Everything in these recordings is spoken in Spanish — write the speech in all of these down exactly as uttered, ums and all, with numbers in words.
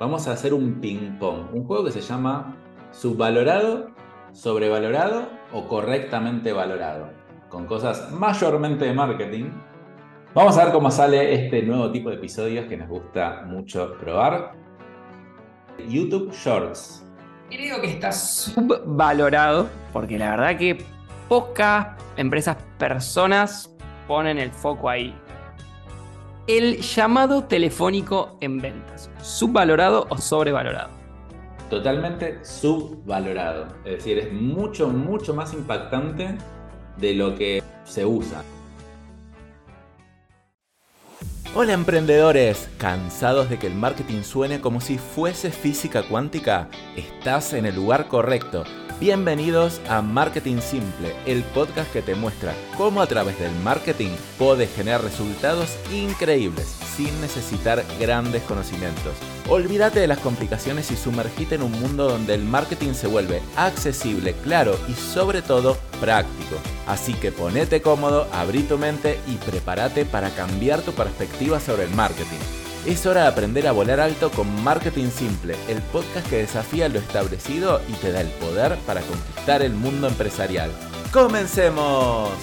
vamos a hacer un ping-pong, un juego que se llama subvalorado, sobrevalorado o correctamente valorado, con cosas mayormente de marketing. Vamos a ver cómo sale este nuevo tipo de episodios que nos gusta mucho probar. YouTube Shorts. Creo que está subvalorado porque la verdad que pocas empresas, personas ponen el foco ahí. El llamado telefónico en ventas, ¿subvalorado o sobrevalorado? Totalmente subvalorado. Es decir, es mucho, mucho más impactante de lo que se usa. Hola emprendedores, ¿cansados de que el marketing suene como si fuese física cuántica? Estás en el lugar correcto. Bienvenidos a Marketing Simple, el podcast que te muestra cómo a través del marketing puedes generar resultados increíbles sin necesitar grandes conocimientos. Olvídate de las complicaciones y sumergite en un mundo donde el marketing se vuelve accesible, claro y sobre todo práctico. Así que ponete cómodo, abrí tu mente y prepárate para cambiar tu perspectiva sobre el marketing. Es hora de aprender a volar alto con Marketing Simple, el podcast que desafía lo establecido y te da el poder para conquistar el mundo empresarial. ¡Comencemos!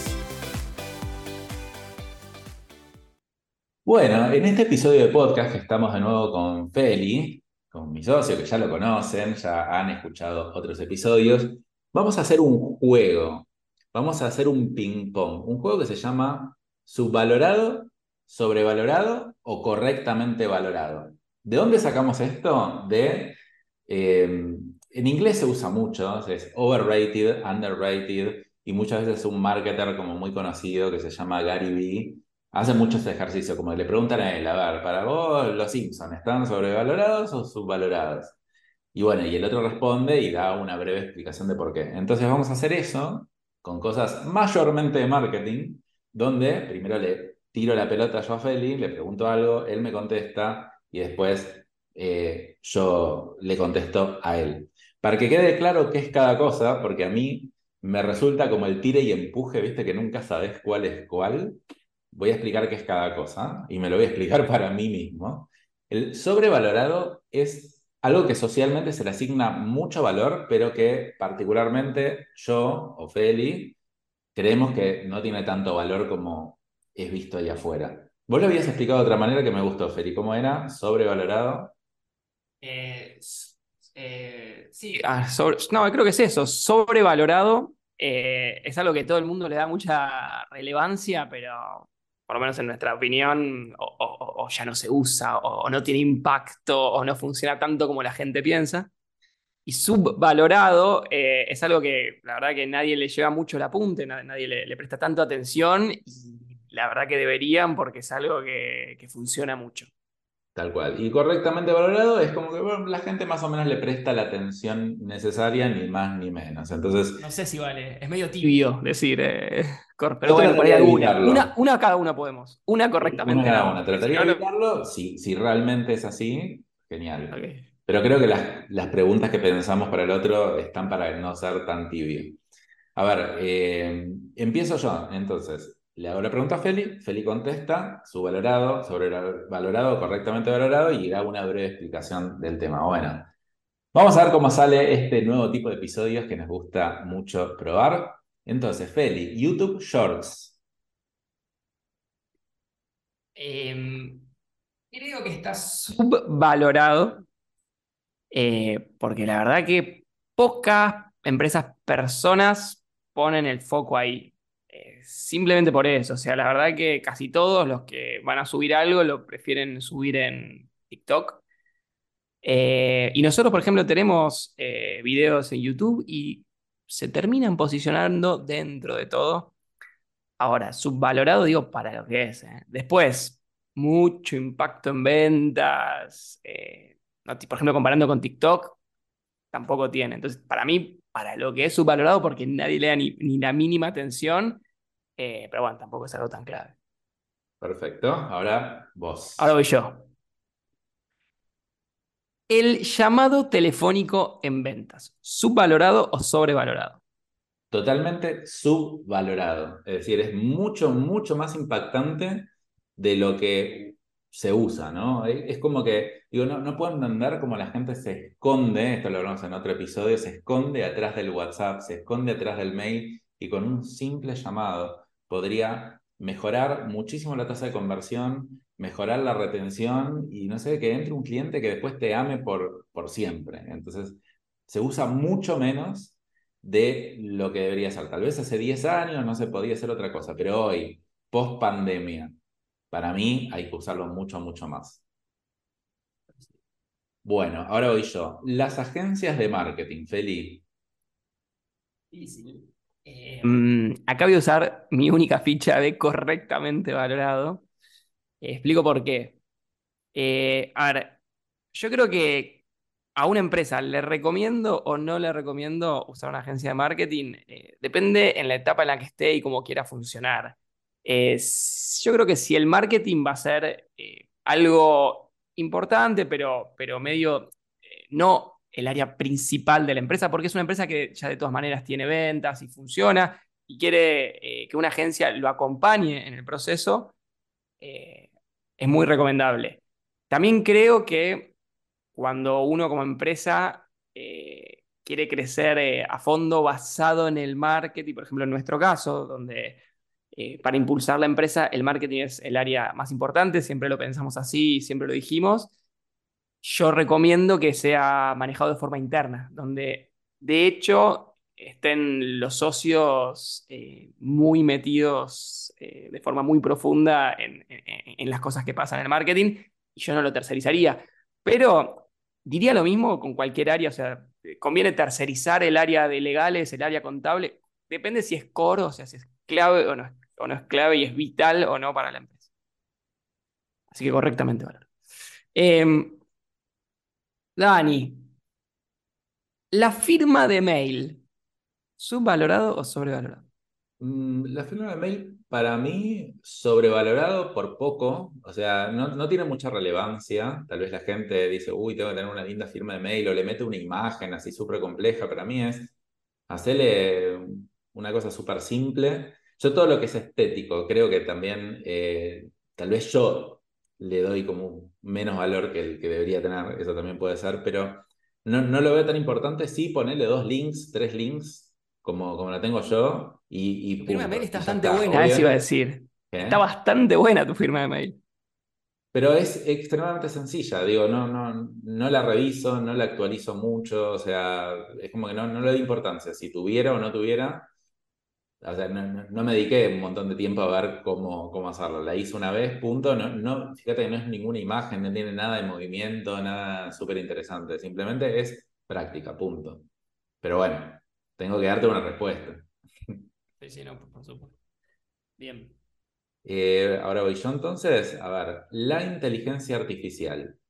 Bueno, en este episodio de podcast que estamos de nuevo con Feli, con mi socio, que ya lo conocen, ya han escuchado otros episodios, vamos a hacer un juego, vamos a hacer un ping-pong, un juego que se llama subvalorado, sobrevalorado o correctamente valorado. ¿De dónde sacamos esto? De, eh, en inglés se usa mucho, es overrated, underrated, y muchas veces un marketer como muy conocido que se llama Gary Vee hace mucho ese ejercicio, como le preguntan a él, a ver, para vos los Simpsons, ¿están sobrevalorados o subvalorados? Y bueno, y el otro responde y da una breve explicación de por qué. Entonces vamos a hacer eso con cosas mayormente de marketing, donde primero le tiro la pelota yo a Feli, le pregunto algo, él me contesta y después eh, yo le contesto a él. Para que quede claro qué es cada cosa, porque a mí me resulta como el tire y empuje, viste que nunca sabes cuál es cuál. Voy a explicar qué es cada cosa y me lo voy a explicar para mí mismo. El sobrevalorado es algo que socialmente se le asigna mucho valor, pero que particularmente yo o Feli creemos que no tiene tanto valor como es visto ahí afuera. Vos lo habías explicado de otra manera que me gustó, Feli. ¿Cómo era? Sobrevalorado. Eh, s- eh, sí, ah, sobre- no, creo que es eso, sobrevalorado. Eh, es algo que todo el mundo le da mucha relevancia, pero por lo menos en nuestra opinión, o, o- o ya no se usa, o, o no tiene impacto, o no funciona tanto como la gente piensa. Y subvalorado eh, es algo que la verdad que nadie le lleva mucho el apunte, na- nadie le, le presta tanto atención, y la verdad que deberían porque es algo que, que funciona mucho. Tal cual. Y correctamente valorado es como que bueno, la gente más o menos le presta la atención necesaria, ni más ni menos. Entonces, No sé si vale, es medio tibio decir, eh, cor- pero yo bueno, por ahí trataría de alguna. Una, evitarlo. una cada una podemos. Una Una correctamente cada no, una. porque si Trataría no, de no. evitarlo. Si, si realmente es así, genial. Ok. Pero creo que las, las preguntas que pensamos para el otro están para no ser tan tibio. A ver, eh, empiezo yo. Entonces, le hago la pregunta a Feli. Feli contesta, subvalorado, sobrevalorado, correctamente valorado, y da una breve explicación del tema. Bueno, vamos a ver cómo sale este nuevo tipo de episodios que nos gusta mucho probar. Entonces, Feli, YouTube Shorts. Em, Creo que está subvalorado eh, porque la verdad que pocas empresas, personas ponen el foco ahí. Eh, simplemente por eso. O sea, la verdad que casi todos los que van a subir algo lo prefieren subir en TikTok. Eh, y nosotros, por ejemplo, tenemos eh, videos en YouTube y se terminan posicionando dentro de todo. Ahora, subvalorado, digo, para lo que es. ¿Eh? Después, mucho impacto en ventas. Eh, no, por ejemplo, comparando con TikTok, tampoco tiene. Entonces, para mí, para lo que es subvalorado, porque nadie le da ni, ni la mínima atención, eh, pero bueno, tampoco es algo tan clave. Perfecto. Ahora Ahora vos. voy yo. El llamado telefónico en ventas, ¿subvalorado o sobrevalorado? Totalmente subvalorado. Es decir, es mucho, mucho más impactante de lo que se usa, ¿no? Es es como que, digo, no, no puedo entender cómo la gente se esconde, esto lo hablamos en otro episodio, se esconde atrás del WhatsApp, se esconde atrás del mail y con un simple llamado podría mejorar muchísimo la tasa de conversión, mejorar la retención y no sé, que entre un cliente que después te ame por, por siempre. Entonces, se usa mucho menos de lo que debería ser. Tal vez hace diez años no se podía hacer otra cosa, pero hoy, post pandemia, para mí hay que usarlo mucho, mucho más. Bueno, ahora voy yo. Las agencias de marketing, Feli. Sí, sí. Eh, mm, acá voy a usar mi única ficha de correctamente valorado. Eh, explico por qué. Eh, a ver, yo creo que a una empresa le recomiendo o no le recomiendo usar una agencia de marketing. Eh, depende en la etapa en la que esté y cómo quiera funcionar. Eh, s- yo creo que si el marketing va a ser eh, algo importante, pero, pero medio eh, no el área principal de la empresa, porque es una empresa que ya de todas maneras tiene ventas y funciona y quiere eh, que una agencia lo acompañe en el proceso, eh, es muy recomendable. También creo que cuando uno como empresa eh, quiere crecer eh, a fondo basado en el marketing, por ejemplo en nuestro caso, donde eh, para impulsar la empresa el marketing es el área más importante, siempre lo pensamos así, siempre lo dijimos, yo recomiendo que sea manejado de forma interna, donde de hecho estén los socios eh, muy metidos eh, de forma muy profunda en, en- en las cosas que pasan en el marketing, y yo no lo tercerizaría. Pero diría lo mismo con cualquier área, o sea, conviene tercerizar el área de legales, el área contable, depende si es core, o sea, si es clave o no, es- o no es clave y es vital o no para la empresa. Así que correctamente, valor. Em, Dani, la firma de mail, ¿subvalorado o sobrevalorado? Mm, La firma de mail, para mí, sobrevalorado por poco, o sea, no, no tiene mucha relevancia. Tal vez la gente dice, uy, tengo que tener una linda firma de mail, o le mete una imagen así súper compleja. Para mí es hacerle una cosa súper simple. Yo todo lo que es estético, creo que también, eh, tal vez yo le doy como menos valor que el que debería tener, eso también puede ser, pero no, no lo veo tan importante. Sí, ponerle dos links, tres links como, como la tengo yo, y, Tu y firma de mail punto. está Y ya bastante está. buena, eso iba a Obviamente, decir. Está ¿eh? bastante buena tu firma de mail. Pero es extremadamente sencilla, digo, no, no, no la reviso, no la actualizo mucho, o sea, es como que no, no le doy importancia. Si tuviera o no tuviera, o sea, no, no- no me dediqué un montón de tiempo a ver cómo, cómo hacerlo. La hice una vez, punto. No, no, fíjate que no es ninguna imagen, no tiene nada de movimiento, nada súper interesante. Simplemente es práctica, punto. Pero bueno, tengo que darte una respuesta. Sí, sí, no, por supuesto. Bien. Eh, ahora voy yo entonces. A ver, la inteligencia artificial.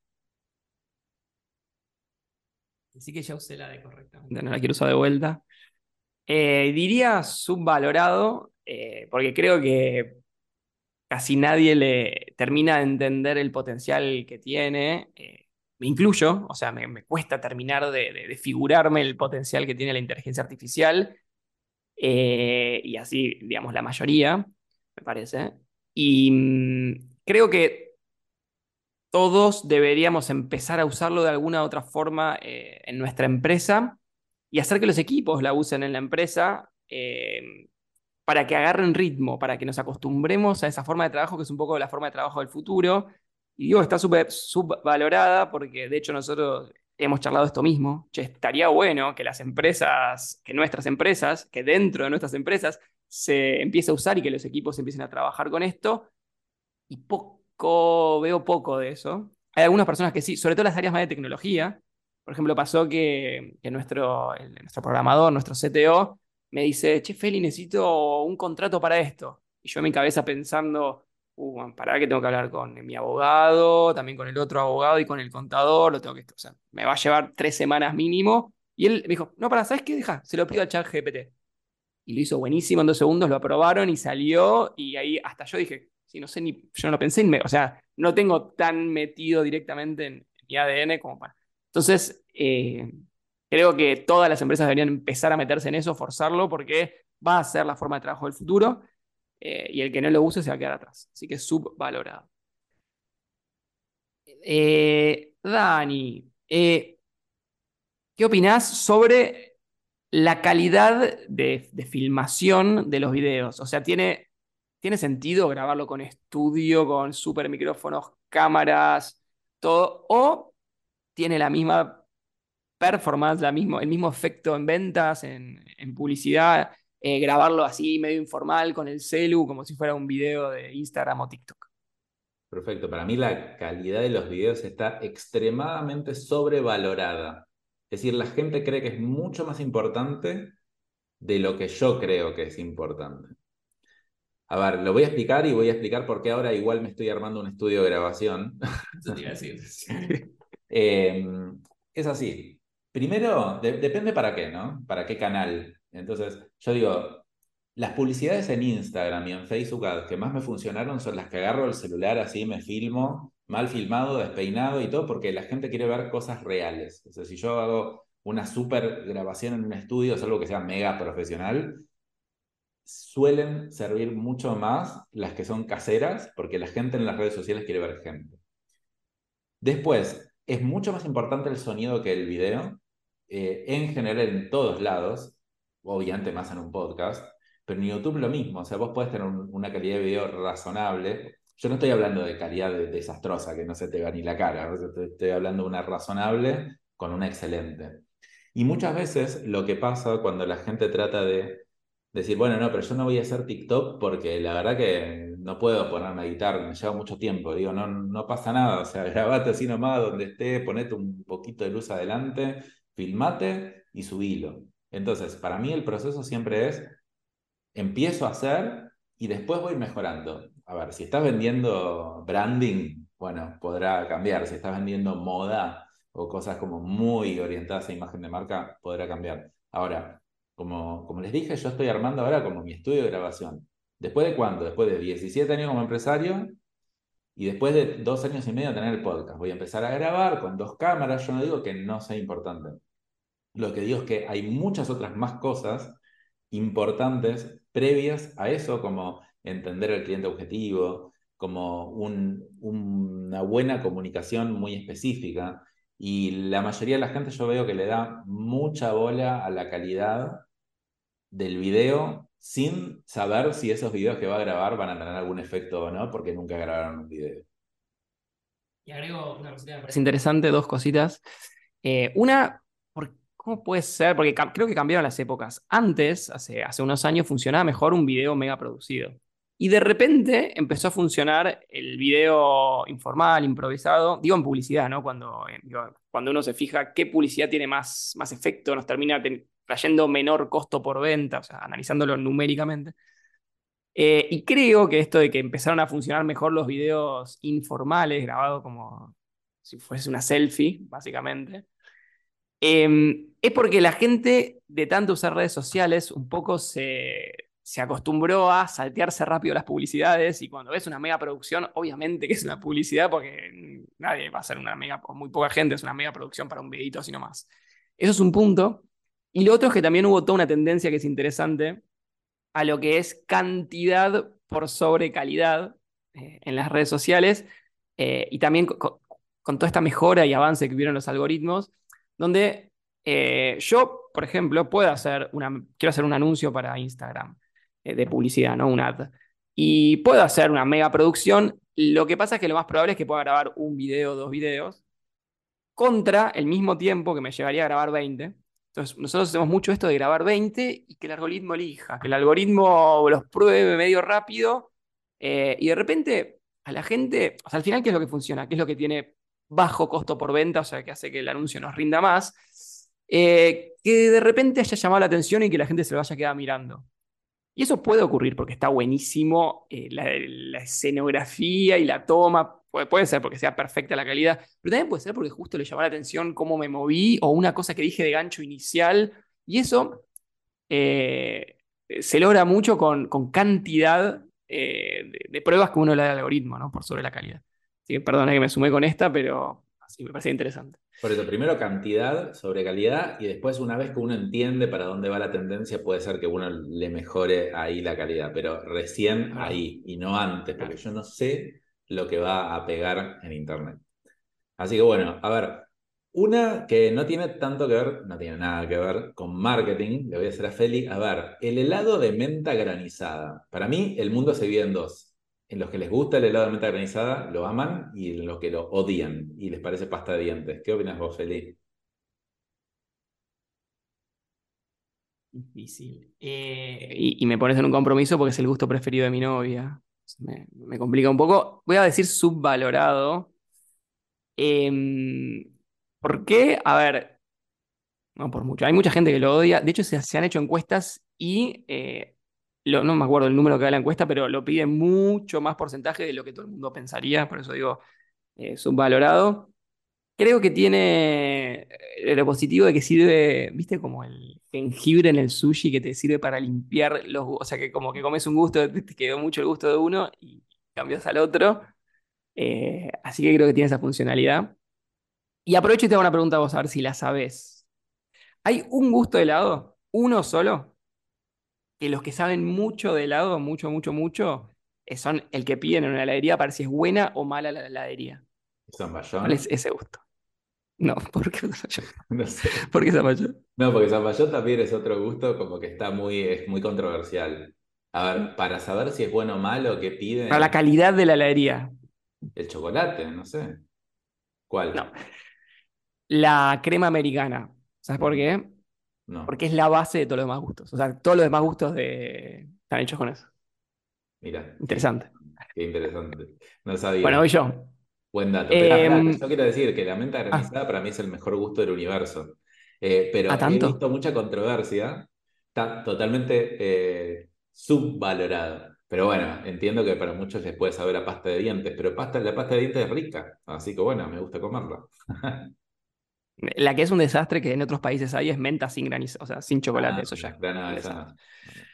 Así que ya usé la de correctamente. No la quiero usar de vuelta. Eh, diría subvalorado, eh, porque creo que casi nadie le termina de entender el potencial que tiene. Eh, me incluyo, o sea, me, me cuesta terminar de, de- de figurarme el potencial que tiene la inteligencia artificial. Eh, y así, digamos, la mayoría, me parece. Y mm, creo que todos deberíamos empezar a usarlo de alguna u otra forma eh, en nuestra empresa y hacer que los equipos la usen en la empresa eh, para que agarren ritmo, para que nos acostumbremos a esa forma de trabajo que es un poco la forma de trabajo del futuro. Y digo, está súper subvalorada porque de hecho nosotros hemos charlado esto mismo. Che, estaría bueno que las empresas, que nuestras empresas, que dentro de nuestras empresas se empiece a usar y que los equipos empiecen a trabajar con esto. Y poco, veo poco de eso. Hay algunas personas que sí, sobre todo las áreas más de tecnología. Por ejemplo, pasó que, que nuestro, el- nuestro programador, nuestro C T O, me dice, che, Feli, necesito un contrato para esto. Y yo en mi cabeza pensando, uh, pará que tengo que hablar con mi abogado, también con el otro abogado y con el contador, lo tengo que, o sea, me va a llevar tres semanas mínimo. Y él me dijo, no, pará, ¿sabes qué? Deja, se lo pido al chat G P T. Y lo hizo buenísimo en dos segundos, lo aprobaron y salió. Y ahí hasta yo dije, sí, no sé ni, yo no lo pensé, o sea, no tengo tan metido directamente en mi A D N como para. Entonces, eh, creo que todas las empresas deberían empezar a meterse en eso, forzarlo, porque va a ser la forma de trabajo del futuro eh, y el que no lo use se va a quedar atrás. Así que subvalorado. Eh, Dani, eh, ¿qué opinás sobre la calidad de, de filmación de los videos? O sea, ¿tiene, ¿tiene sentido grabarlo con estudio, con super micrófonos, cámaras, todo? ¿O tiene la misma performance, la mismo, el mismo efecto en ventas, en, en publicidad, eh, grabarlo así medio informal con el celu, como si fuera un video de Instagram o TikTok? Perfecto, para mí la calidad de los videos está extremadamente sobrevalorada. Es decir, la gente cree que es mucho más importante de lo que yo creo que es importante. A ver, lo voy a explicar y voy a explicar por qué ahora igual me estoy armando un estudio de grabación. Eso te iba a decir. Eh, es así. Primero, de- depende para qué, ¿no? Para qué canal. Entonces, yo digo, las publicidades en Instagram y en Facebook Ads que más me funcionaron son las que agarro el celular así, me filmo, mal filmado, despeinado y todo, porque la gente quiere ver cosas reales. O sea, si yo hago una super grabación en un estudio, es algo que sea mega profesional, suelen servir mucho más las que son caseras, porque la gente en las redes sociales quiere ver gente. Después, es mucho más importante el sonido que el video, eh, en general en todos lados, obviamente más en un podcast, pero en YouTube lo mismo, o sea, vos podés tener un- una calidad de video razonable. Yo no estoy hablando de calidad de- desastrosa, que no se te va ni la cara, o sea, te- estoy hablando de una razonable con una excelente. Y muchas veces lo que pasa cuando la gente trata de decir, bueno, no, pero yo no voy a hacer TikTok porque la verdad que no puedo ponerme a editar, me lleva mucho tiempo. Digo, no, no pasa nada, o sea, grabate así nomás donde esté, ponete un poquito de luz adelante, filmate y subilo. Entonces, para mí el proceso siempre es, empiezo a hacer y después voy mejorando. A ver, si estás vendiendo branding, bueno, podrá cambiar. Si estás vendiendo moda o cosas como muy orientadas a imagen de marca, podrá cambiar. Ahora, como, como les dije, yo estoy armando ahora como mi estudio de grabación. ¿Después de cuándo? Después de diecisiete años como empresario y después de dos años y medio de tener el podcast. Voy a empezar a grabar con dos cámaras. Yo no digo que no sea importante. Lo que digo es que hay muchas otras más cosas importantes previas a eso, como entender al cliente objetivo, como un- una buena comunicación muy específica. Y la mayoría de la gente yo veo que le da mucha bola a la calidad del video sin saber si esos videos que va a grabar van a tener algún efecto o no, porque nunca grabaron un video. Y agrego una cosita que me parece interesante, dos cositas. Eh, una, por- ¿cómo puede ser? Porque ca- creo que cambiaron las épocas. Antes, hace, hace unos años, funcionaba mejor un video mega producido. Y de repente empezó a funcionar el video informal, improvisado, digo en publicidad, ¿no? Cuando, eh, digo, cuando uno se fija qué publicidad tiene más, más efecto, nos termina ten- trayendo menor costo por venta, o sea, analizándolo numéricamente. Eh, y creo que esto de que empezaron a funcionar mejor los videos informales, grabados como si fuese una selfie, básicamente, eh, es porque la gente de tanto usar redes sociales un poco se, se acostumbró a saltearse rápido las publicidades y cuando ves una mega producción, obviamente que es una publicidad porque nadie va a hacer una mega, o muy poca gente es una mega producción para un videito así nomás. Eso es un punto. Y lo otro es que también hubo toda una tendencia que es interesante a lo que es cantidad por sobre calidad eh, en las redes sociales eh, y también con, con, toda esta mejora y avance que hubieron los algoritmos, donde eh, yo, por ejemplo, puedo hacer una, quiero hacer un anuncio para Instagram eh, de publicidad, ¿no? Un ad. Y puedo hacer una mega producción. Lo que pasa es que lo más probable es que pueda grabar un video, dos videos, contra el mismo tiempo que me llevaría a grabar veinte. Entonces, nosotros hacemos mucho esto de grabar veinte y que el algoritmo elija, que el algoritmo los pruebe medio rápido eh, y de repente a la gente, o sea, al final, ¿qué es lo que funciona? ¿Qué es lo que tiene bajo costo por venta? O sea, que hace que el anuncio nos rinda más. Eh, que de repente haya llamado la atención y que la gente se lo vaya a quedar mirando. Y eso puede ocurrir porque está buenísimo eh, la, la escenografía y la toma. Puede, puede ser porque sea perfecta la calidad, pero también puede ser porque justo le llamó la atención cómo me moví o una cosa que dije de gancho inicial. Y eso eh, se logra mucho con, con cantidad eh, de, de pruebas que uno le da al algoritmo, ¿no? Por sobre la calidad. Así que perdona que me sumé con esta, pero así me parece interesante. Por eso, primero cantidad sobre calidad y después una vez que uno entiende para dónde va la tendencia, puede ser que uno le mejore ahí la calidad, pero recién ¿Verdad? ahí y no antes, porque Claro. yo no sé lo que va a pegar en Internet. Así que bueno, a ver, una que no tiene tanto que ver, no tiene nada que ver con marketing, le voy a hacer a Feli. A ver, el helado de menta granizada. Para mí, el mundo se divide en dos. En los que les gusta el helado de menta granizada, lo aman, y en los que lo odian y les parece pasta de dientes. ¿Qué opinas vos, Feli? Difícil. Eh, y, y me pones en un compromiso porque es el gusto preferido de mi novia. Me, me complica un poco. Voy a decir subvalorado. Em, ¿por qué? A ver, no por mucho. Hay mucha gente que lo odia. De hecho, se, se han hecho encuestas y eh, lo- no me acuerdo el número que da la encuesta, pero lo pide mucho más porcentaje de lo que todo el mundo pensaría. Por eso digo eh, subvalorado. Creo que tiene eh, lo positivo de que sirve, viste, como el jengibre en el sushi que te sirve para limpiar los, gu- o sea, que como que comes un gusto, te te quedó mucho el gusto de uno y cambias al otro. Eh, así que creo que tiene esa funcionalidad. Y aprovecho y te hago una pregunta a vos, a ver si la sabés. ¿Hay un gusto de helado, uno solo, que los que saben mucho de helado, mucho, mucho, mucho, eh, son el que piden en una heladería para ver si es buena o mala la heladería? ¿Cuál es ¿Zamballón? ese gusto? No, ¿por qué zapallo? No sé. ¿Por qué zapallo? No, porque Zamballón también es otro gusto, como que está muy, es muy controversial. A ver, para saber si es bueno o malo, ¿qué Para la piden? calidad de la heladería. El chocolate, no sé. No. ¿Cuál? La crema americana. ¿Sabes por Mm, qué? no. Porque es la base de todos los demás gustos. O sea, todos los demás gustos de... están hechos con eso. Mira, qué Interesante. interesante. Qué interesante. No Bueno, sabía. voy yo. Buen dato. Pero espera, que Eh, yo quiero decir que la menta ah, granizada para mí es el mejor gusto del universo. Eh, ¿a pero he tanto? visto mucha controversia. Está totalmente eh, subvalorado. Pero bueno, entiendo que para muchos les puede saber a pasta de dientes, pero pasta, la pasta de dientes es rica. Así que bueno, me gusta comerla. La que es un desastre que en otros países hay es menta sin granizo, o sea, sin chocolate. Ah, Eso ya mira, es no, un esa desastre. no. No.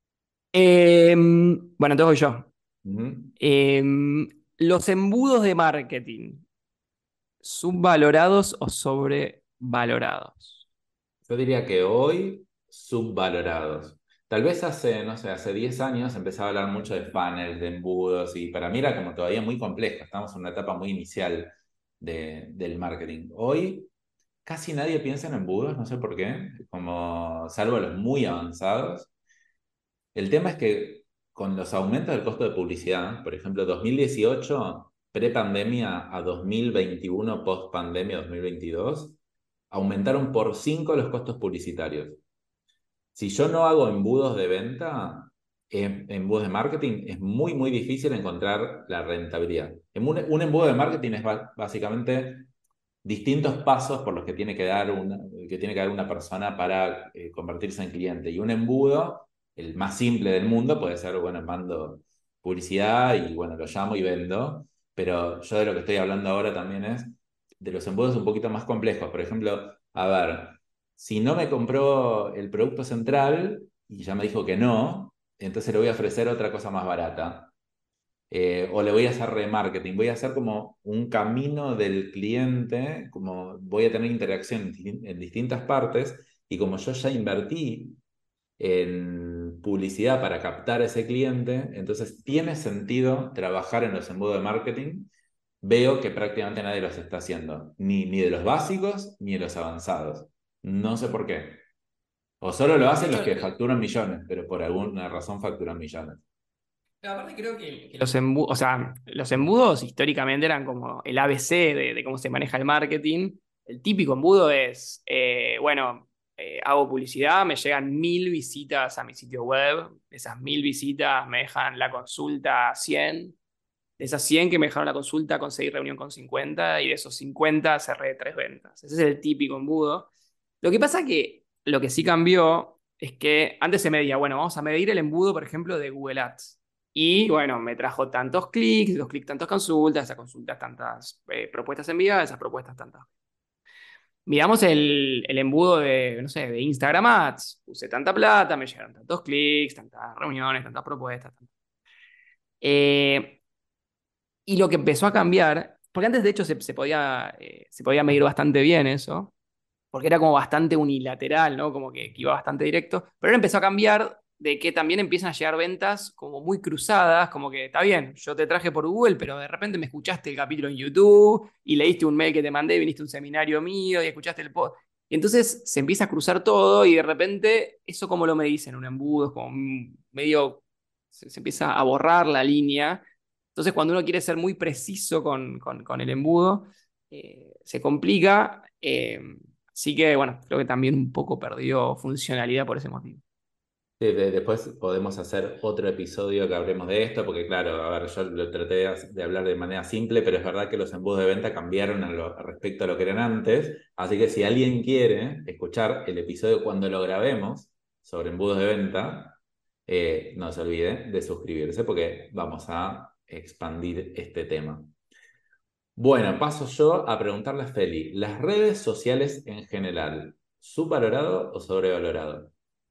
Eh, bueno, entonces voy yo. Ujú. Eh, los embudos de marketing, ¿subvalorados o sobrevalorados? Yo diría que hoy subvalorados. Tal vez hace, no sé, hace diez años empezaba a hablar mucho de funnels, de embudos, y para mí era como todavía muy complejo. Estamos en una etapa muy inicial de- del marketing. Hoy casi nadie piensa en embudos, no sé por qué, como salvo los muy avanzados. El tema es que con los aumentos del costo de publicidad, por ejemplo, dos mil dieciocho, pre-pandemia, a dos mil veintiuno, post-pandemia, dos mil veintidós, aumentaron por cinco los costos publicitarios. Si yo no hago embudos de venta, em- embudos de marketing, es muy, muy difícil encontrar la rentabilidad. En Un, un embudo de marketing es ba- básicamente distintos pasos por los que tiene que dar una, que tiene que dar una persona para eh, convertirse en cliente. Y un embudo, el más simple del mundo, puede ser, bueno, mando publicidad y bueno, lo llamo y vendo. Pero yo de lo que estoy hablando ahora también es de los embudos un poquito más complejos. Por ejemplo, a ver, si no me compró el producto central y ya me dijo que no, entonces le voy a ofrecer otra cosa más barata. Eh, o le voy a hacer remarketing, voy a hacer como un camino del cliente, como voy a tener interacción en, distin- en distintas partes, y como yo ya invertí en publicidad para captar a ese cliente, entonces tiene sentido trabajar en los embudos de marketing. Veo que prácticamente nadie los está haciendo, ni, ni de los básicos ni de los avanzados. No sé por qué. O solo lo De hacen los hecho, que facturan millones, pero por alguna razón facturan millones. pero aparte creo que, que los embudos, o sea, los embudos históricamente eran como el A B C de, de cómo se maneja el marketing. El típico embudo es, eh, bueno, eh, hago publicidad, me llegan mil visitas a mi sitio web, esas mil visitas me dejan la consulta a cien, de esas cien que me dejaron la consulta conseguí reunión con cincuenta y de esos cincuenta cerré tres ventas. Ese es el típico embudo. Lo que pasa que lo que sí cambió es que antes se medía, bueno, vamos a medir el embudo, por ejemplo, de Google Ads. Y bueno, me trajo tantos clics, los clics tantas consultas, esas consultas tantas eh, propuestas enviadas, esas propuestas tantas. Miramos el, el embudo de, no sé, de Instagram Ads. Puse tanta plata, me llegaron tantos clics, tantas reuniones, tantas propuestas. Tantas. Eh, y lo que empezó a cambiar, porque antes de hecho se, se podía, eh, se podía medir bastante bien eso, porque era como bastante unilateral, ¿no? Como que, que iba bastante directo, pero ahora empezó a cambiar de que también empiezan a llegar ventas como muy cruzadas, como que está bien, yo te traje por Google, pero de repente me escuchaste el capítulo en YouTube y leíste un mail que te mandé, viniste a un seminario mío y escuchaste el podcast. Y entonces se empieza a cruzar todo y de repente eso como lo me dicen, un embudo, es como medio, se, se empieza a borrar la línea. Entonces cuando uno quiere ser muy preciso con, con, con el embudo, eh, se complica. Eh, así que bueno, creo que también un poco perdió funcionalidad por ese motivo. Sí, de- después podemos hacer otro episodio que hablemos de esto, porque claro, a ver, yo lo traté de, de hablar de manera simple, pero es verdad que los embudos de venta cambiaron a lo- respecto a lo que eran antes, así que si alguien quiere escuchar el episodio cuando lo grabemos sobre embudos de venta, eh, no se olvide de suscribirse porque vamos a expandir este tema. Bueno, paso yo a preguntarle a Feli, ¿las redes sociales en general, subvalorado o sobrevalorado?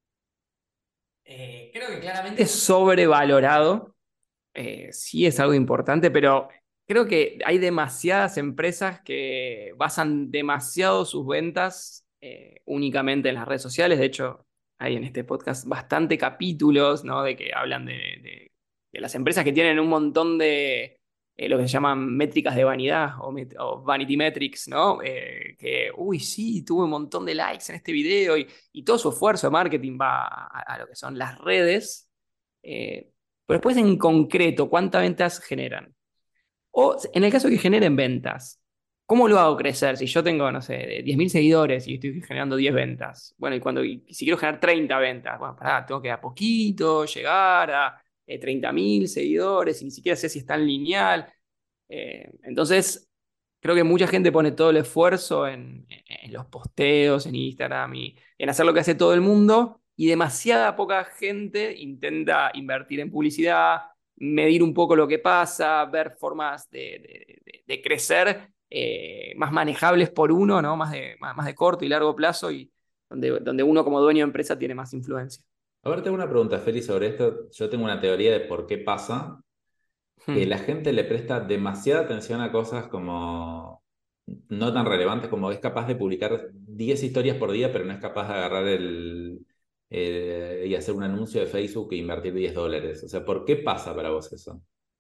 Eh, creo que claramente es sobrevalorado. Eh, sí es algo importante, pero creo que hay demasiadas empresas que basan demasiado sus ventas eh, únicamente en las redes sociales. De hecho, hay en este podcast bastante capítulos, ¿no? De que hablan de, de- de las empresas que tienen un montón de eh, lo que se llaman métricas de vanidad o, met- o vanity metrics, ¿no? Eh, que, uy, sí, tuve un montón de likes en este video y, y todo su esfuerzo de marketing va a, a lo que son las redes. Eh, pero después en concreto, ¿cuántas ventas generan? O en el caso que generen ventas, ¿cómo lo hago crecer? Si yo tengo, no sé, diez mil seguidores y estoy generando diez ventas. Bueno, y, cuando, y si quiero generar treinta ventas, bueno, pará, tengo que a poquito llegar a eh, treinta mil seguidores y ni siquiera sé si es tan lineal. Eh, entonces, creo que mucha gente pone todo el esfuerzo en, en los posteos, en Instagram y en hacer lo que hace todo el mundo y demasiada poca gente intenta invertir en publicidad, medir un poco lo que pasa, ver formas de, de- de- de crecer eh, más manejables por uno, ¿no? Más de, más, más de corto y largo plazo y donde, donde uno como dueño de empresa tiene más influencia. A ver, tengo una pregunta, Feli, sobre esto. Yo tengo una teoría de por qué pasa, que Hmm. la gente le presta demasiada atención a cosas como no tan relevantes, como es capaz de publicar diez historias por día, pero no es capaz de agarrar el, eh, y hacer un anuncio de Facebook e invertir diez dólares. O sea, ¿por qué pasa para vos eso?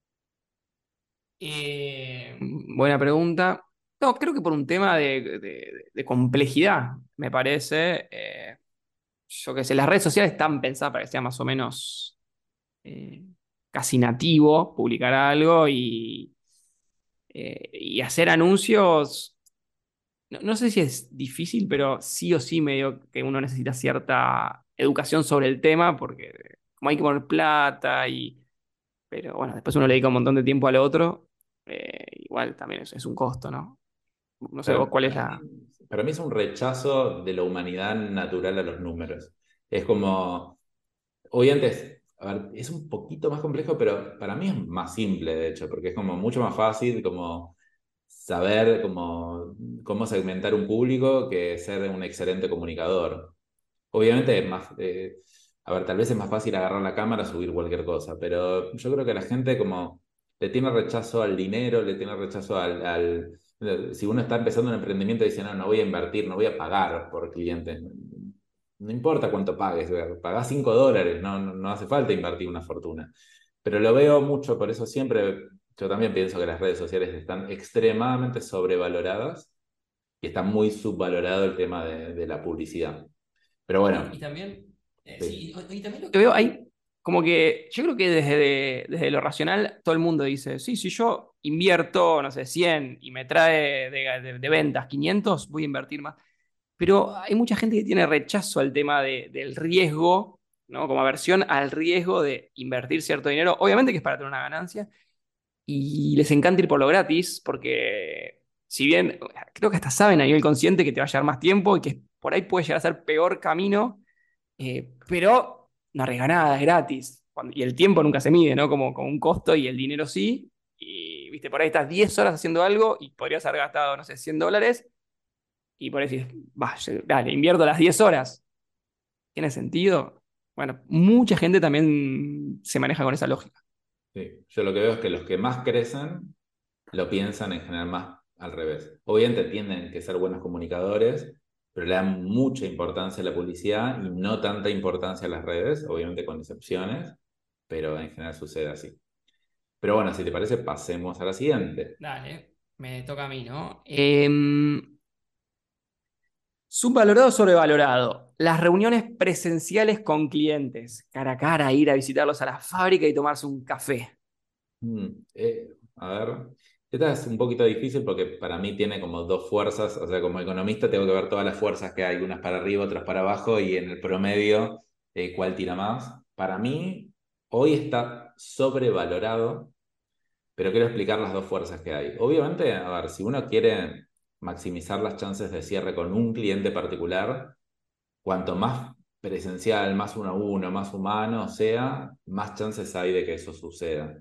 Eh, buena pregunta. No, creo que por un tema de, de- de complejidad, me parece. Eh, yo qué sé, las redes sociales están pensadas para que sea más o menos eh, casi nativo publicar algo y, eh, y hacer anuncios. No, no sé si es difícil, pero sí o sí medio que uno necesita cierta educación sobre el tema, porque como hay que poner plata y. Pero bueno, después uno le dedica un montón de tiempo al otro. Eh, igual también es, es un costo, ¿no? No sé vos Para, cuál es para mí, la. para mí es un rechazo de la humanidad natural a los números. Es como, hoy antes, a ver, es un poquito más complejo, pero para mí es más simple, de hecho, porque es como mucho más fácil como saber cómo, cómo segmentar un público que ser un excelente comunicador. Obviamente es más, eh, a ver, tal vez es más fácil agarrar la cámara, subir cualquier cosa, pero yo creo que la gente como le tiene rechazo al dinero, le tiene rechazo al, al- eh, si uno está empezando un emprendimiento y dice, no, no voy a invertir, no voy a pagar por clientes. No importa cuánto pagues, pagás cinco dólares, no, no, no hace falta invertir una fortuna. Pero lo veo mucho, por eso siempre, yo también pienso que las redes sociales están extremadamente sobrevaloradas y está muy subvalorado el tema de, de la publicidad. Pero No, y bueno, también, eh, sí. sí, y, y también lo que veo hay, como que yo creo que desde, desde lo racional todo el mundo dice, sí, si yo invierto, no sé, cien y me trae de, de- de ventas quinientos voy a invertir más. Pero hay mucha gente que tiene rechazo al tema de- del riesgo, ¿no? Como aversión al riesgo de invertir cierto dinero, obviamente que es para tener una ganancia, y les encanta ir por lo gratis, porque si bien creo que hasta saben a nivel consciente que te va a llevar más tiempo y que por ahí puede llegar a ser peor camino, eh, pero no arriesga nada, es gratis. Cuando- y el tiempo nunca se mide, ¿no? Como, como un costo y el dinero sí. Y, viste, por ahí estás diez horas haciendo algo y podrías haber gastado, no sé, cien dólares y por ahí decís, va, dale, invierto las diez horas. ¿Tiene sentido? Bueno, mucha gente también se maneja con esa lógica. Sí, yo lo que veo es que los que más crecen lo piensan en general más al revés. Obviamente tienen que ser buenos comunicadores, pero le dan mucha importancia a la publicidad y no tanta importancia a las redes, obviamente con excepciones, pero en general sucede así. Pero bueno, si te parece, pasemos a la siguiente. Dale, me toca a mí, ¿no? Em, subvalorado o sobrevalorado. Las reuniones presenciales con clientes, cara a cara, ir a visitarlos a la fábrica y tomarse un café. Mm, eh, a ver, esta es un poquito difícil porque para mí tiene como dos fuerzas, o sea, como economista tengo que ver todas las fuerzas que hay, unas para arriba, otras para abajo, y en el promedio, eh, ¿cuál tira más? Para mí, hoy está sobrevalorado, pero quiero explicar las dos fuerzas que hay. Obviamente, a ver, si uno quiere maximizar las chances de cierre con un cliente particular, cuanto más presencial, más uno a uno, más humano sea, más chances hay de que eso suceda.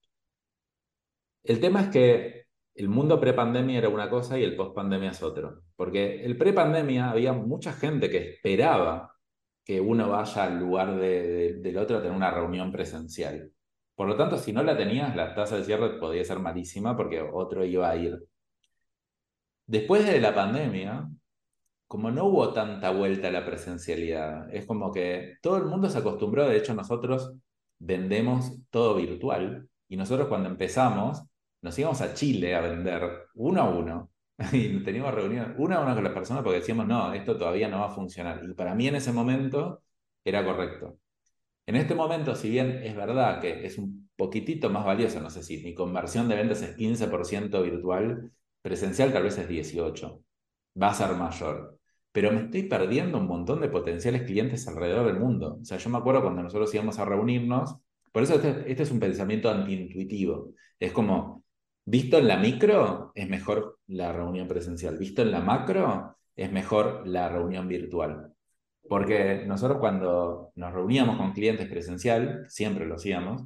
El tema es que el mundo prepandemia era una cosa y el post-pandemia es otro. Porque el prepandemia había mucha gente que esperaba que uno vaya al lugar de- de- del otro a tener una reunión presencial. Por lo tanto, si no la tenías, la tasa de cierre podía ser malísima porque otro iba a ir. Después de la pandemia, como no hubo tanta vuelta a la presencialidad, es como que todo el mundo se acostumbró, de hecho nosotros vendemos todo virtual y nosotros cuando empezamos nos íbamos a Chile a vender uno a uno y teníamos reuniones uno a uno con las personas porque decíamos, no, esto todavía no va a funcionar. Y para mí en ese momento era correcto. En este momento, si bien es verdad que es un poquitito más valioso, no sé si mi conversión de ventas es quince por ciento virtual, presencial tal vez es dieciocho, va a ser mayor. Pero me estoy perdiendo un montón de potenciales clientes alrededor del mundo. O sea, yo me acuerdo cuando nosotros íbamos a reunirnos, por eso este, este es un pensamiento antiintuitivo. Es como, visto en la micro, es mejor la reunión presencial. Visto en la macro, es mejor la reunión virtual. Porque nosotros cuando nos reuníamos con clientes presencial, siempre lo hacíamos,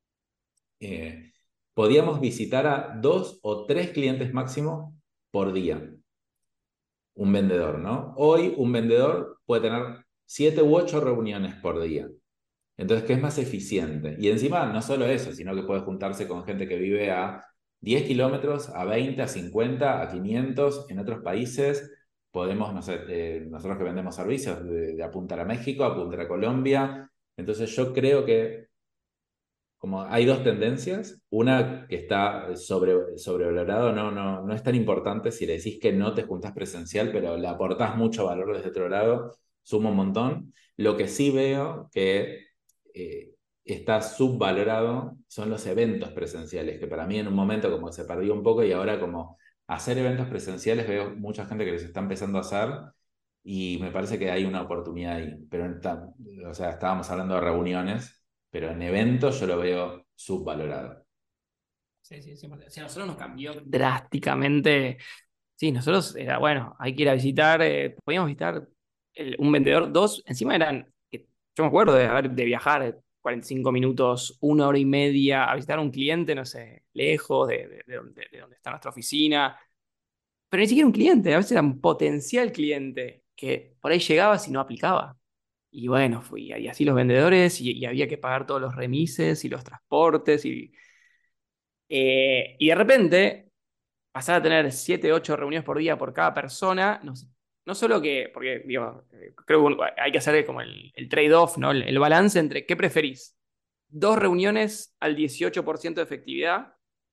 eh, podíamos visitar a dos o tres clientes máximo por día, un vendedor, ¿no? Hoy un vendedor puede tener siete u ocho reuniones por día. Entonces, ¿qué es más eficiente? Y encima, no solo eso, sino que puede juntarse con gente que vive a diez kilómetros, a veinte, a cincuenta, a quinientos en otros países. Podemos, no sé, eh, nosotros que vendemos servicios, de, de apuntar a México, apuntar a Colombia. Entonces, yo creo que como hay dos tendencias, una que está sobre, sobrevalorado, no, no, no es tan importante si le decís que no te juntás presencial, pero le aportás mucho valor desde otro lado, suma un montón. Lo que sí veo que eh, está subvalorado son los eventos presenciales, que para mí en un momento como se perdió un poco y ahora como hacer eventos presenciales veo mucha gente que los está empezando a hacer y me parece que hay una oportunidad ahí. Pero, está- o sea, estábamos hablando de reuniones, pero en eventos yo lo veo subvalorado. Sí, sí, cien por ciento. O sea, a nosotros nos cambió drásticamente. Sí, nosotros era, bueno, hay que ir a visitar, eh, podíamos visitar el- un vendedor, dos, encima eran, que yo me acuerdo de, haber, de viajar cuarenta y cinco minutos, una hora y media a visitar a un cliente, no sé, lejos de, de, de donde, de donde está nuestra oficina, pero ni siquiera un cliente, a veces era un potencial cliente que por ahí llegaba si no aplicaba. Y bueno, fui, y así los vendedores, y, y había que pagar todos los remises y los transportes, y, eh, y de repente pasar a tener siete ocho reuniones por día por cada persona, no, no solo que, porque digo, eh, creo que hay que hacer como el, el trade-off, ¿no? El, el balance entre qué preferís, dos reuniones al dieciocho por ciento de efectividad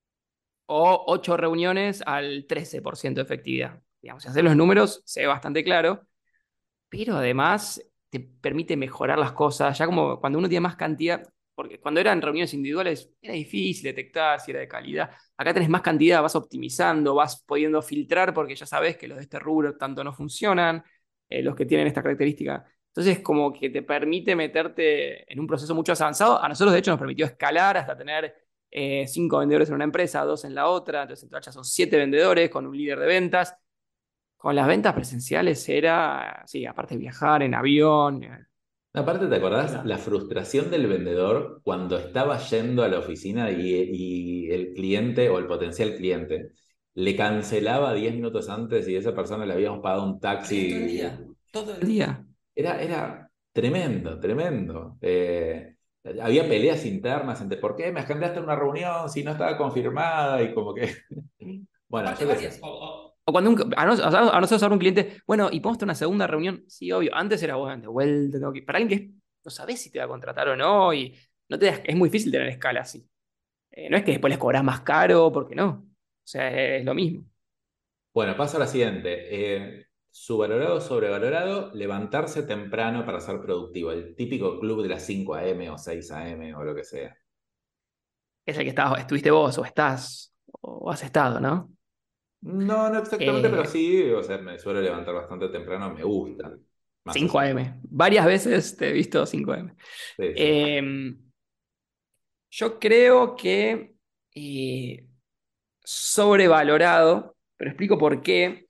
o ocho reuniones al trece por ciento de efectividad. Digamos, si hacer los números, se ve bastante claro, pero además te permite mejorar las cosas, ya como cuando uno tiene más cantidad, porque cuando eran reuniones individuales era difícil detectar si era de calidad. Acá tenés más cantidad, vas optimizando, vas pudiendo filtrar porque ya sabes que los de este rubro tanto no funcionan, eh, los que tienen esta característica. Entonces, como que te permite meterte en un proceso mucho más avanzado. A nosotros, de hecho, nos permitió escalar hasta tener eh, cinco vendedores en una empresa, dos en la otra. Entonces, en total ya son siete vendedores con un líder de ventas. Con las ventas presenciales era, sí, aparte de viajar en avión, eh, Aparte, ¿te acordás era- la frustración del vendedor cuando estaba yendo a la oficina y, y el cliente o el potencial cliente le cancelaba diez minutos antes y a esa persona le habíamos pagado un perdías todo el taxi? día, todo el día. Era, era tremendo, tremendo. Eh, había peleas internas entre por qué me agendaste una reunión si no estaba confirmada y como que, bueno, Aparte, yo qué varias, o, sé. O cuando un, a, nos- a nosotros ahora un cliente, bueno, ¿y podemos tener una segunda reunión? Sí, obvio. Antes era, bueno, de vuelta, tengo que... Para alguien que no sabes si te va a contratar o no, y no te das- es muy difícil tener escala así. Eh, no es que después les cobras más caro, porque no. O sea, es lo mismo. Bueno, paso a la siguiente. Eh, subvalorado, sobrevalorado, levantarse temprano para ser productivo. El típico club de las cinco a m o seis a m o lo que sea. Es el que estás, estuviste vos, o estás, o has estado, ¿no? No, no exactamente, pero Eh, sí, o sea, me suelo levantar bastante temprano, me gusta. Más cinco allá. a m. Varias veces te he visto cinco a m. Sí, sí. Eh, yo creo que eh, sobrevalorado, pero explico por qué.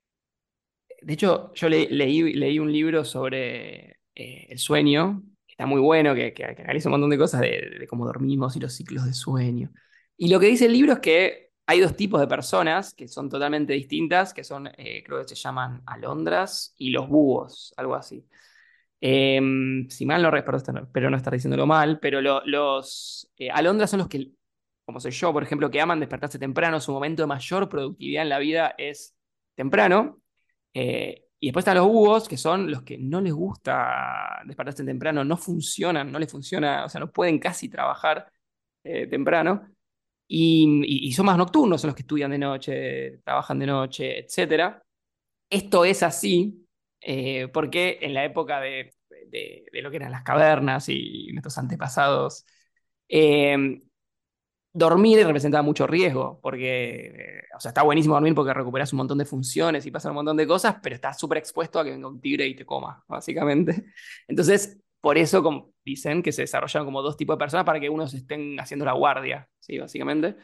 De hecho, yo le- leí, leí un libro sobre eh, el sueño, que está muy bueno, que, que- que analiza un montón de cosas de, de cómo dormimos y los ciclos de sueño. Y lo que dice el libro es que hay dos tipos de personas que son totalmente distintas, que son, eh, creo que se llaman alondras y los búhos, algo así. Eh, si mal no recuerdo, pero no estar diciéndolo mal, pero lo- los eh, alondras son los que, como soy yo, por ejemplo, que aman despertarse temprano, su momento de mayor productividad en la vida es temprano. Eh, y después están los búhos, que son los que no les gusta despertarse temprano, no funcionan, no les funciona, o sea, no pueden casi trabajar eh, temprano. Y, y- y son más nocturnos, son los que estudian de noche, trabajan de noche, etcétera. Esto es así eh, porque en la época de, de- de lo que eran las cavernas y nuestros antepasados, eh, dormir representaba mucho riesgo, porque, eh, o sea, está buenísimo dormir porque recuperas un montón de funciones y pasan un montón de cosas, pero estás súper expuesto a que venga un tigre y te coma, básicamente. Entonces, por eso como dicen que se desarrollaron como dos tipos de personas para que unos estén haciendo la guardia, ¿sí? Básicamente.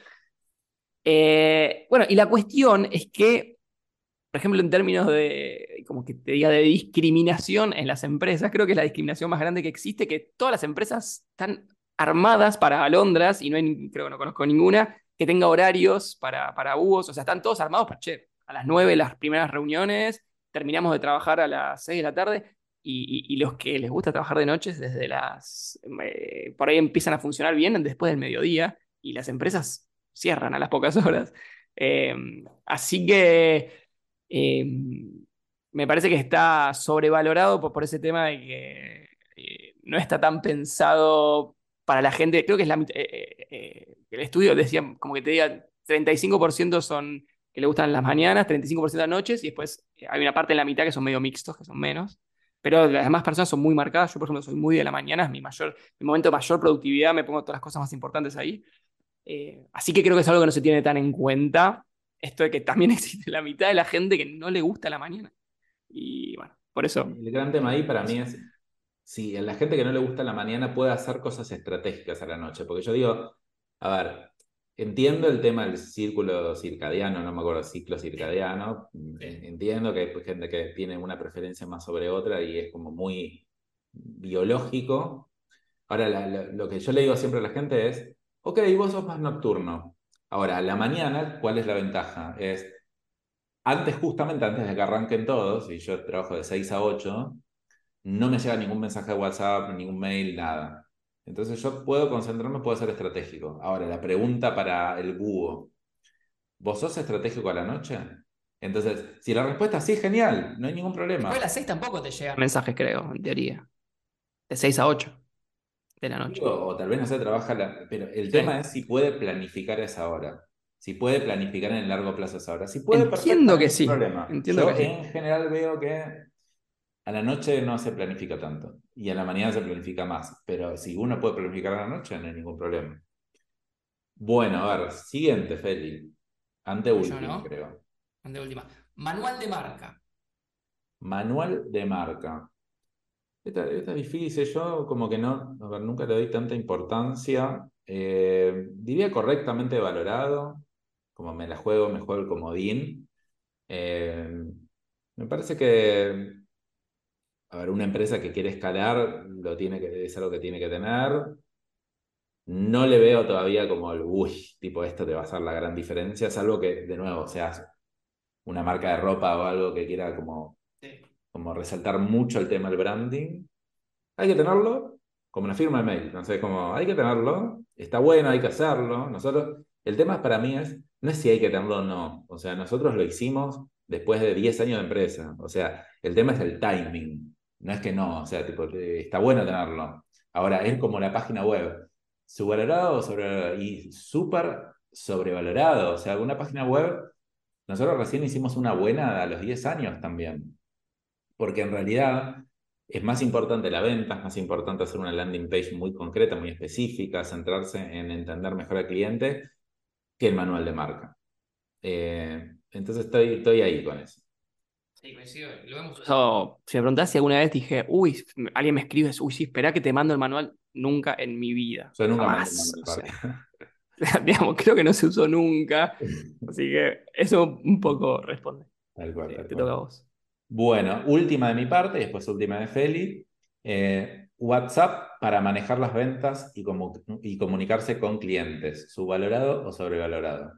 Eh, bueno, y la cuestión es que por ejemplo, en términos de, como que te diga, de discriminación en las empresas, creo que es la discriminación más grande que existe, que todas las empresas están armadas para alondras y no hay, creo que no conozco ninguna que tenga horarios para, para búhos, o sea, están todos armados para, che, a las nueve las primeras reuniones, terminamos de trabajar a las seis de la tarde y, y- y los que les gusta trabajar de noches desde las, eh, por ahí empiezan a funcionar bien después del mediodía y las empresas cierran a las pocas horas. Eh, así que... Eh, me parece que está sobrevalorado por, por ese tema de que eh, no está tan pensado para la gente. Creo que es la mitad. Eh, eh, eh, el estudio decía, como que te diga, treinta y cinco por ciento son que le gustan las mañanas, treinta y cinco por ciento las noches, y después eh, hay una parte en la mitad que son medio mixtos, que son menos. Pero las demás personas son muy marcadas. Yo, por ejemplo, soy muy de la mañana, es mi mayor, mi momento de mayor productividad, me pongo todas las cosas más importantes ahí. Eh, así que creo que es algo que no se tiene tan en cuenta. Esto de que también existe la mitad de la gente que no le gusta la mañana. Y bueno, por eso. El gran tema ahí eh, para mí eso. es si a la gente que no le gusta la mañana puede hacer cosas estratégicas a la noche. Porque yo digo, a ver, entiendo el tema del círculo circadiano, no me acuerdo, ciclo circadiano. en- Entiendo que hay gente que tiene una preferencia más sobre otra y es como muy biológico. Ahora, la- la- lo que yo le digo siempre a la gente es, ok, vos sos más nocturno. Ahora, a la mañana, ¿cuál es la ventaja? Es, antes, justamente antes de que arranquen todos, y yo trabajo de seis a ocho no me llega ningún mensaje de WhatsApp, ningún mail, nada. Entonces yo puedo concentrarme, puedo ser estratégico. Ahora, la pregunta para el búho, ¿vos sos estratégico a la noche? Entonces, si la respuesta es sí, genial, no hay ningún Después de problema. las seis tampoco te llegan mensajes, creo, en teoría. De seis a ocho de la noche. Digo, o tal vez no se trabaja, la- pero el Sí. tema es si puede planificar a esa hora, si puede planificar en el largo plazo esa hora. Si puede, perfecto, Entiendo no hay que ningún sí. problema. Entiendo que Yo sí. en general veo que a la noche no se planifica tanto y a la mañana se planifica más, pero si uno puede planificar a la noche, no hay ningún problema. Bueno, a ver, siguiente, Feli. Voy yo, Anteúltima, ¿no? creo. De última. Manual de marca. Manual de marca. Esta, esta es difícil, yo como que no, a ver, nunca le doy tanta importancia. Eh, diría correctamente valorado, como me la juego, me juego el comodín. Eh, Me parece que, a ver, una empresa que quiere escalar lo tiene que, es algo que tiene que tener. No le veo todavía como el, uy, tipo, esto te va a hacer la gran diferencia, salvo que, de nuevo, seas una marca de ropa o algo que quiera como, Sí. como resaltar mucho el tema del branding. Hay que tenerlo como una firma de mail, no sé, como hay que tenerlo, está bueno, hay que hacerlo. Nosotros, El tema para mí es, no es si hay que tenerlo o no. O sea, nosotros lo hicimos después de diez años de empresa. O sea, el tema es el timing. No es que no, o sea, tipo, eh, está bueno tenerlo. Ahora, es como la página web. Subvalorado o sobre, y súper sobrevalorado. O sea, una página web, nosotros recién hicimos una buena a los diez años también. Porque en realidad es más importante la venta, es más importante hacer una landing page muy concreta, muy específica, centrarse en entender mejor al cliente que el manual de marca. Eh, entonces estoy, estoy ahí con eso. Sí, coincido. Lo hemos usado. Si me preguntás si alguna vez dije, uy, alguien me escribe, uy, sí, espera que te mando el manual. Nunca en mi vida. Yo nunca mandé un Jamás. manual O de marca. sea, digamos, creo que no se usó nunca. Así que eso un poco responde. Tal cual, Sí, tal te cual. toca a vos. Bueno, última de mi parte y después última de Feli. Eh, WhatsApp para manejar las ventas y, comu- y comunicarse con clientes. ¿Subvalorado o sobrevalorado?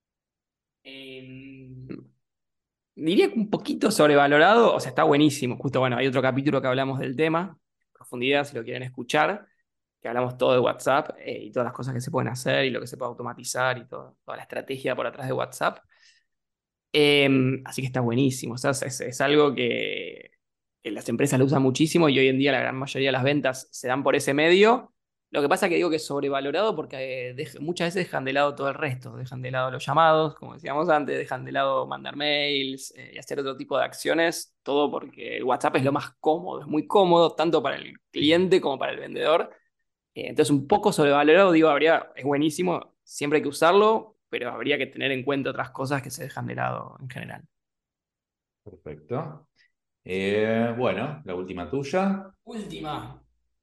Em, Diría que un poquito sobrevalorado, o sea, está buenísimo. Justo, bueno, hay otro capítulo que hablamos del tema, profundidad, si lo quieren escuchar, que hablamos todo de WhatsApp eh, y todas las cosas que se pueden hacer y lo que se puede automatizar y todo, toda la estrategia por atrás de WhatsApp. Eh, Así que está buenísimo. O sea, es, es algo que, que las empresas lo usan muchísimo y hoy en día la gran mayoría de las ventas se dan por ese medio. Lo que pasa es que digo que es sobrevalorado porque eh, dej- muchas veces dejan de lado todo el resto. Dejan de lado los llamados, como decíamos antes, dejan de lado mandar mails eh, y hacer otro tipo de acciones. Todo porque el WhatsApp es lo más cómodo, es muy cómodo tanto para el cliente como para el vendedor. Eh, entonces, un poco sobrevalorado, digo, habría, es buenísimo, siempre hay que usarlo, pero habría que tener en cuenta otras cosas que se dejan de lado en general. Perfecto. Eh, bueno, la última tuya. Última.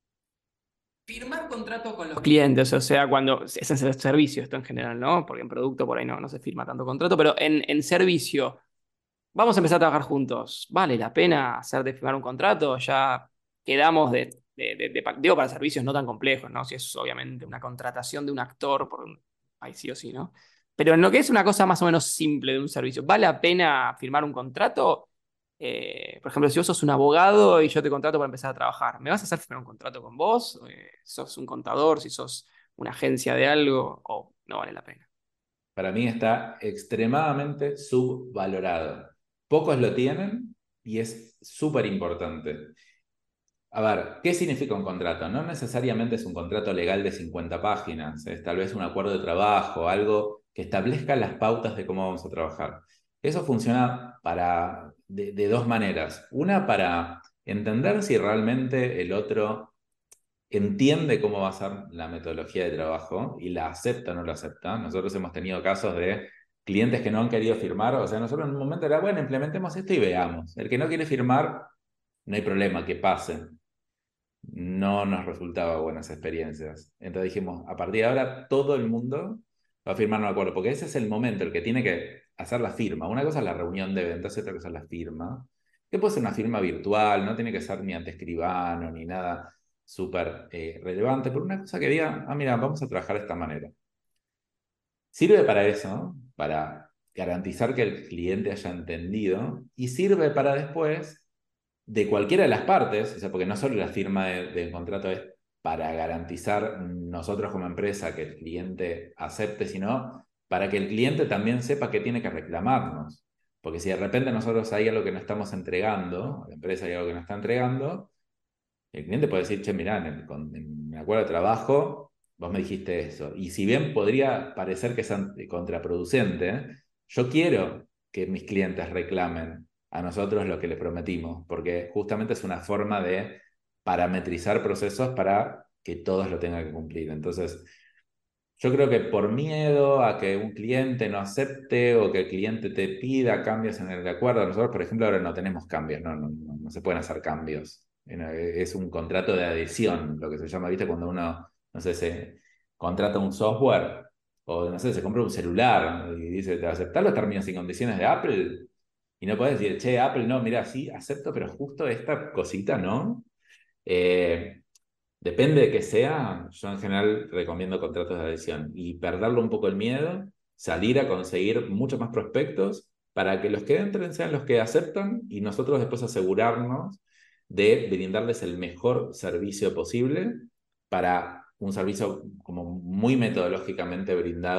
Firmar contrato con los clientes, o sea, cuando ese es el servicio, esto en general, ¿no? Porque en producto por ahí no, no se firma tanto contrato, pero en, en servicio, vamos a empezar a trabajar juntos. ¿Vale la pena hacer de firmar un contrato? Ya quedamos de, de, de- de- digo, para servicios no tan complejos, ¿no? Si es obviamente una contratación de un actor, por un, ahí sí o sí, ¿no? Pero en lo que es una cosa más o menos simple de un servicio, ¿vale la pena firmar un contrato? Eh, por ejemplo, si vos sos un abogado y yo te contrato para empezar a trabajar, ¿me vas a hacer firmar un contrato con vos? Eh, ¿sos un contador? Si sos una agencia de algo, o no vale la pena. Para mí está extremadamente subvalorado. Pocos lo tienen y es súper importante. A ver, ¿qué significa un contrato? No necesariamente es un contrato legal de cincuenta páginas, es tal vez un acuerdo de trabajo, algo que establezca las pautas de cómo vamos a trabajar. Eso funciona para, de, de dos maneras. Una, para entender si realmente el otro entiende cómo va a ser la metodología de trabajo y la acepta o no la acepta. Nosotros hemos tenido casos de clientes que no han querido firmar, o sea, nosotros en un momento era, bueno, implementemos esto y veamos. El que no quiere firmar, no hay problema, que pase. No nos resultaba buenas experiencias. Entonces dijimos, a partir de ahora todo el mundo va a firmar un acuerdo, porque ese es el momento, el que tiene que hacer la firma. Una cosa es la reunión de ventas y otra cosa es la firma, que puede ser una firma virtual, no tiene que ser ni ante escribano ni nada súper eh, relevante, pero una cosa que diga, ah, mira, vamos a trabajar de esta manera. Sirve para eso, ¿no? Para garantizar que el cliente haya entendido y sirve para después de cualquiera de las partes, o sea, porque no solo la firma de- del contrato es para garantizar nosotros como empresa que el cliente acepte, sino para que el cliente también sepa que tiene que reclamarnos. Porque si de repente nosotros hay algo que no estamos entregando, la empresa hay algo que no está entregando, el cliente puede decir, che, mirá, en el, con- en mi acuerdo de trabajo, vos me dijiste eso. Y si bien podría parecer que es ant- contraproducente, yo quiero que mis clientes reclamen a nosotros lo que les prometimos, porque justamente es una forma de parametrizar procesos para que todos lo tengan que cumplir. Entonces, yo creo que por miedo a que un cliente no acepte o que el cliente te pida cambios en el acuerdo, nosotros, por ejemplo, ahora no tenemos cambios, no, no, no, no se pueden hacer cambios. Es un contrato de adhesión, lo que se llama, ¿viste? Cuando uno, no sé, se contrata un software o, no sé, se compra un celular y dice, ¿te aceptar los términos y condiciones de Apple? Y no puedes decir, che, Apple, no, mira, sí, acepto, pero justo esta cosita, ¿no? Eh, Depende de qué sea, yo en general recomiendo contratos de adhesión y perderle un poco el miedo, salir a conseguir muchos más prospectos para que los que entren sean los que aceptan y nosotros después asegurarnos de brindarles el mejor servicio posible para un servicio como muy metodológicamente brindado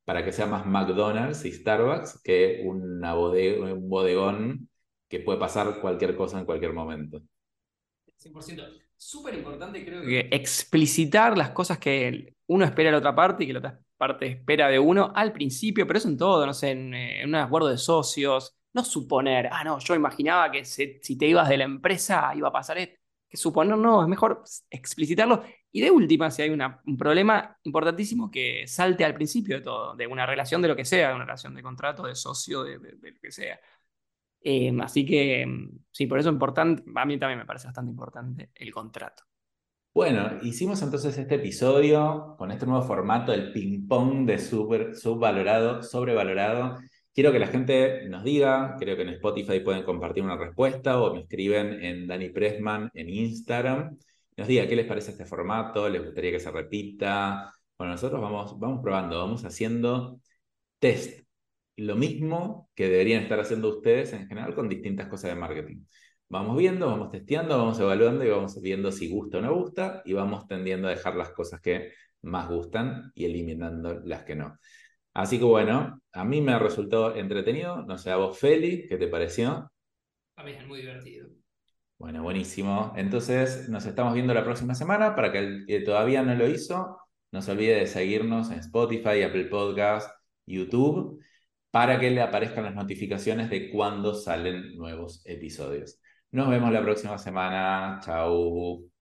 para que sea más McDonald's y Starbucks que una bode- un bodegón que puede pasar cualquier cosa en cualquier momento. cien por ciento. Súper importante, creo que explicitar las cosas que uno espera de la otra parte y que la otra parte espera de uno al principio, pero eso en todo, no sé, en, eh, en un acuerdo de socios, no suponer, ah, no, yo imaginaba que se- si te ibas de la empresa iba a pasar esto, que suponer no, es mejor explicitarlo y de última, si hay una- un problema importantísimo, que salte al principio de todo, de una relación de lo que sea, de una relación de contrato, de socio, de, de- de lo que sea. Eh, así que mm, sí, por eso es importante, a mí también me parece bastante importante el contrato. Bueno, hicimos entonces este episodio con este nuevo formato, el ping-pong de super, subvalorado, sobrevalorado. Quiero que la gente nos diga, creo que en Spotify pueden compartir una respuesta o me escriben en Dani Pressman en Instagram. Nos diga qué les parece este formato, les gustaría que se repita. Bueno, nosotros vamos, vamos probando, vamos haciendo test. Lo mismo que deberían estar haciendo ustedes en general con distintas cosas de marketing. Vamos viendo, vamos testeando, vamos evaluando y vamos viendo si gusta o no gusta y vamos tendiendo a dejar las cosas que más gustan y eliminando las que no. Así que bueno, a mí me ha resultado entretenido. No sé, a vos, Feli, ¿qué te pareció? A mí es muy divertido. Bueno, buenísimo. Entonces nos estamos viendo la próxima semana. Para que el que todavía no lo hizo, no se olvide de seguirnos en Spotify, Apple Podcasts, YouTube, para que le aparezcan las notificaciones de cuando salen nuevos episodios. Nos vemos la próxima semana. Chau.